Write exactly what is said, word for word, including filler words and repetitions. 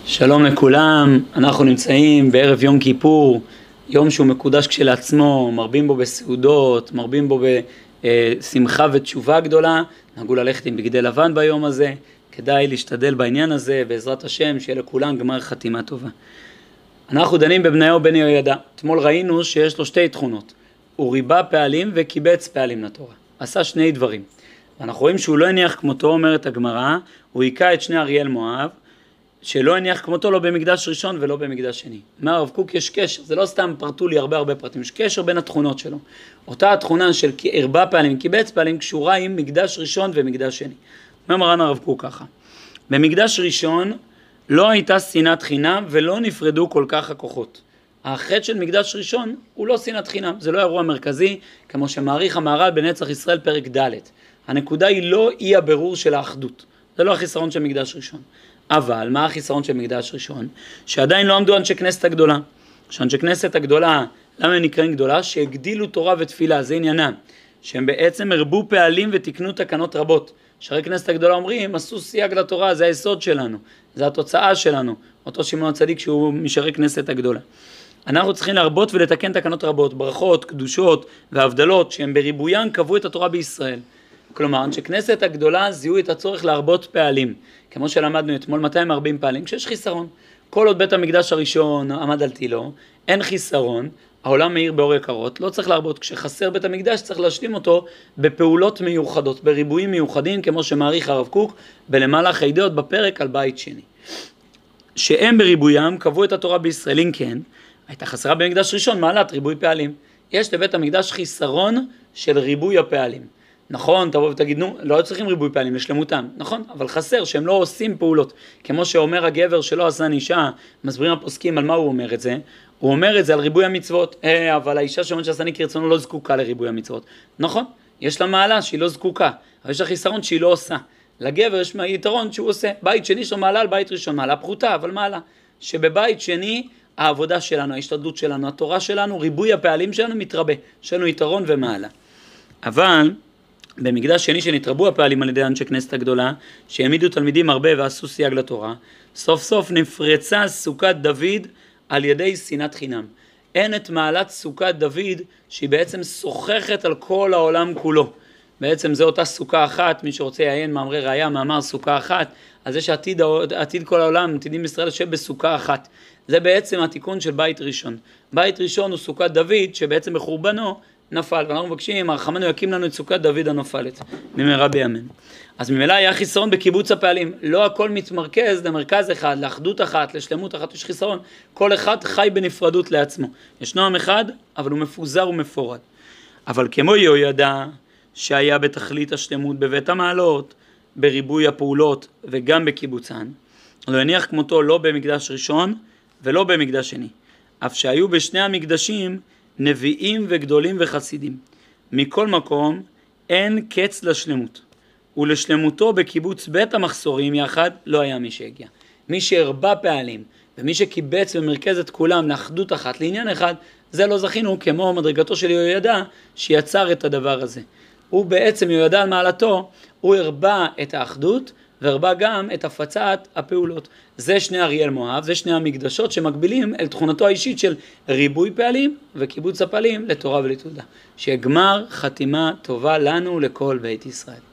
שלום לכולם, אנחנו נמצאים בערב יום כיפור, יום שהוא מקודש כשלעצמו, מרבים בו בסעודות, מרבים בו בשמחה ותשובה גדולה. נהגו ללכת עם בגדי לבן ביום הזה, כדאי להשתדל בעניין הזה, בעזרת השם, שיהיה לכולם גמר חתימה טובה. אנחנו דנים בבניהו בן יהוידע. אתמול ראינו שיש לו שתי תכונות, הוא ריבה פעלים וקיבץ פעלים לתורה, עשה שני דברים. ואנחנו רואים שהוא לא הניח כמותו, אומרת הגמרא, הוא היכה את שני אריאל מואב, שלא הניח כמותו לא במקדש ראשון ולא במקדש שני. מה הרב קוק יש קשר, זה לא סתם פרטו לי הרבה הרבה פרטים, יש קשר בין התכונות שלו. אותה התכונה של הרבה פעלים, קיבץ פעלים, קשורה עם מקדש ראשון ומקדש שני. אומר מרן הרב קוק ככה, במקדש ראשון לא הייתה שנאת חינם ולא נפרדו כל כך הכוחות. החטא של מקדש ראשון הוא לא שנאת חינם, זה לא אירוע מרכזי, כמו שמעריך המהר"ל בנצח ישראל פרק ד'. הנקודה היא לא אי הבירור של האחדות, זה לא החיסרון של מקדש ראשון. אבל מה החיסרון של מקדש ראשון? שעדיין לא עמדו אנשי כנסת הגדולה. שאנשי כנסת הגדולה, למה הם נקראים גדולה? שהגדילו תורה ותפילה, זה עניינם. שהם בעצם הרבו פעלים ותקנו תקנות רבות. שרי כנסת הגדולה אומרים, עשו סייג לתורה, זה היסוד שלנו, זה התוצאה שלנו. אותו שמעון הצדיק שהוא משרי כנסת הגדולה. אנחנו צריכים להרבות ולתקן תקנות רבות, ברכות, קדושות והבדלות, שהם בריבוין קבעו את התורה בישראל. כלומר, אנשי כנסת הגדולה זיהו את הצורך להרבות פעלים. כמו שלמדנו אתמול, מאתיים וארבעים פעלים, כשיש חיסרון. כל עוד בית המקדש הראשון עמד על תילו, אין חיסרון, העולם מאיר באור יקרות, לא צריך להרבות. כשחסר בית המקדש צריך להשלים אותו בפעולות מיוחדות, בריבועים מיוחדים, כמו שמעריך הרב קוק, בלמעלה חידות בפרק על בית שני. שהם בריבויים קבעו את התורה בישראל, אם כן, הייתה חסרה במקדש ראשון מעלת ריבוי פעלים. יש לבית המקדש חיסרון של ריבוי הפעלים. נכון, תבוא ותגיד, נו, לא צריכים ריבוי פעלים לשלמותם, נכון, אבל חסר שהם לא עושים פעולות, כמו שאומר הגבר שלא עשה נישה, מסבירים הפוסקים על מה הוא אומר את זה, הוא אומר את זה על ריבוי המצוות, אה, אבל האישה שאומרת שעשני כרצונו לא זקוקה לריבוי המצוות, נכון, יש לה מעלה שהיא לא זקוקה, אבל יש לה חיסרון שהיא לא עושה, לגבר יש יתרון שהוא עושה, בית שני יש לו מעלה על בית ראשון, מעלה פחותה, אבל מעלה, שבבית שני העבודה שלנו, ההשתדלות שלנו, התורה שלנו, ריבוי הפעלים שלנו מתרבה, יש לנו יתרון ומעלה, אבל במקדש שני שנתרבו הפעלים על ידי אנשי כנסת הגדולה, שהעמידו תלמידים הרבה ועשו סייג לתורה, סוף סוף נפרצה סוכת דוד על ידי שנאת חינם. אין את מעלת סוכת דוד שהיא בעצם שוחכת על כל העולם כולו. בעצם זו אותה סוכה אחת, מי שרוצה יעיין מאמרי ראיה, מאמר סוכה אחת, אז יש עתיד, עתיד כל העולם, עתידים ישראל שבסוכה אחת. זה בעצם התיקון של בית ראשון. בית ראשון הוא סוכת דוד שבעצם בחורבנו נפל, ואנחנו מבקשים, הרחמנו יקים לנו את סוכת דוד הנופלת, ממהרה בימינו. אז ממילא היה חיסרון בקיבוץ הפעלים, לא הכל מתמרכז למרכז אחד, לאחדות אחת, לשלמות אחת, יש חיסרון, כל אחד חי בנפרדות לעצמו, ישנו עם אחד, אבל הוא מפוזר ומפורד. אבל כמו יהוידע, שהיה בתכלית השלמות בבית המעלות, בריבוי הפעולות וגם בקיבוצן, לא הניח כמותו לא במקדש ראשון ולא במקדש שני, אף שהיו בשני המקדשים נביאים וגדולים וחסידים. מכל מקום אין קץ לשלמות, ולשלמותו בקיבוץ בית המחסורים יחד לא היה מי שהגיע. מי שהרבה פעלים ומי שקיבץ ומרכז את כולם לאחדות אחת, לעניין אחד, זה לא זכינו, כמו מדרגתו של יהוידע שיצר את הדבר הזה. הוא בעצם יהוידע על מעלתו, הוא הרבה את האחדות והרבה גם את הפצת הפעולות. זה שני אריאל מואב, זה שני המקדשות שמקבילים אל תכונתו האישית של ריבוי פעלים וקיבוץ הפעלים לתורה ולתעודה. שגמר חתימה טובה לנו לכל בית ישראל.